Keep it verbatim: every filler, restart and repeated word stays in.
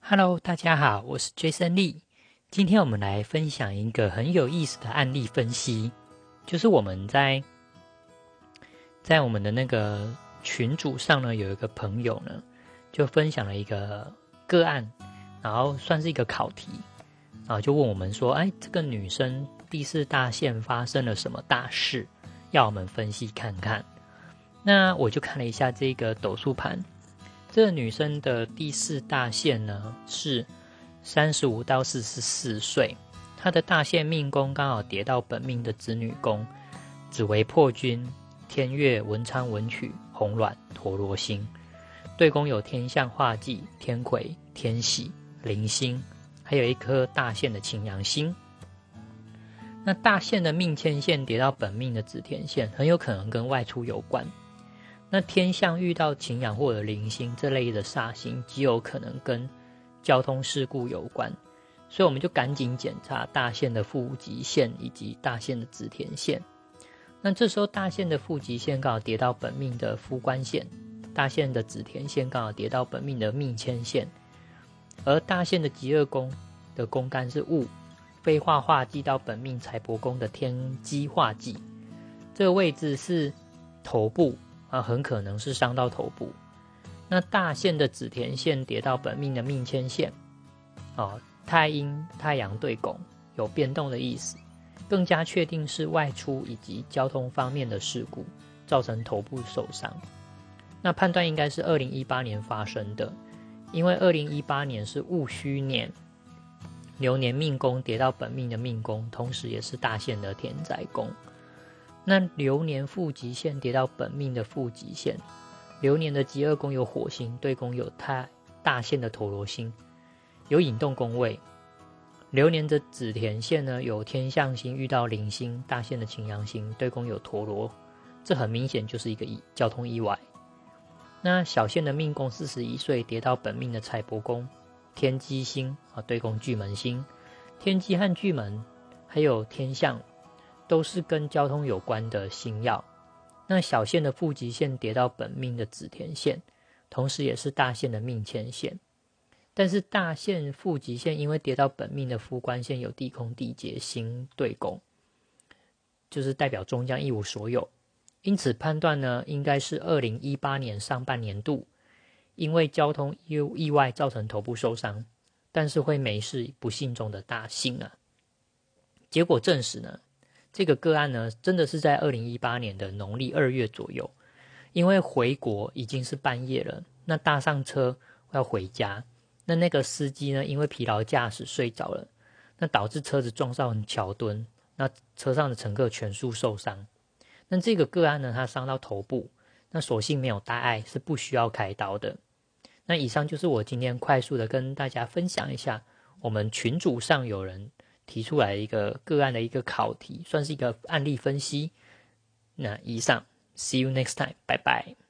Hello，大家好，我是 Jason Lee。今天我们来分享一个很有意思的案例分析，就是我们在在我们的那个群组上呢，有一个朋友呢，就分享了一个个案，然后算是一个考题，然后就问我们说，哎，这个女生第四大线发生了什么大事，要我们分析看看。那我就看了一下这个斗数盘。这个女生的第四大线呢是三十五到四十四岁，她的大线命宫刚好跌到本命的子女宫，紫微破军、天月、文昌、文曲、红鸾、陀罗星，对宫有天象、化忌、天魁、天喜、铃星，还有一颗大线的擎羊星。那大线的命牵线跌到本命的子田线，很有可能跟外出有关。那天象遇到擎羊或者铃星这类的煞星，极有可能跟交通事故有关，所以我们就赶紧检查大线的负极线以及大线的子田线。那这时候大线的负极线刚好跌到本命的夫官线，大线的子田线刚好跌到本命的命牵线，而大线的极恶宫的宫干是戊，飞化化忌到本命财帛宫的天机化忌，这个位置是头部啊，很可能是伤到头部。那大线的子田线跌到本命的命牵线，哦，太阴太阳对拱，有变动的意思，更加确定是外出以及交通方面的事故造成头部受伤。那判断应该是二零一八年发生的，因为二零一八年是戊戌年，流年命宫跌到本命的命宫，同时也是大线的田宅宫。那流年负极线跌到本命的负极线，流年的极恶宫有火星，对宫有太大线的陀罗星，有引动宫位。流年的子田线呢，有天象星遇到铃星，大线的擎羊星，对宫有陀罗，这很明显就是一个交通意外。那小线的命宫四十一岁跌到本命的财帛宫，天机星啊，对宫巨门星，天机和巨门还有天象都是跟交通有关的星曜。那小线的负极线跌到本命的子田线，同时也是大线的命牵线。但是大线负极线因为跌到本命的夫官线，有地空地劫星对宫，就是代表终将一无所有。因此判断呢，应该是二零一八年上半年度因为交通意外造成头部受伤，但是会没事不幸中的大幸啊。结果证实呢，这个个案呢，真的是在二零一八年的农历二月左右，因为回国已经是半夜了，那搭上车要回家，那那个司机呢，因为疲劳驾驶睡着了，那导致车子撞上桥墩，那车上的乘客全数受伤。那这个个案呢，他伤到头部，那所幸没有大碍，是不需要开刀的。那以上就是我今天快速的跟大家分享一下，我们群组上有人提出来一个个案的一个考题，算是一个案例分析。那以上 ，see you next time， 拜拜。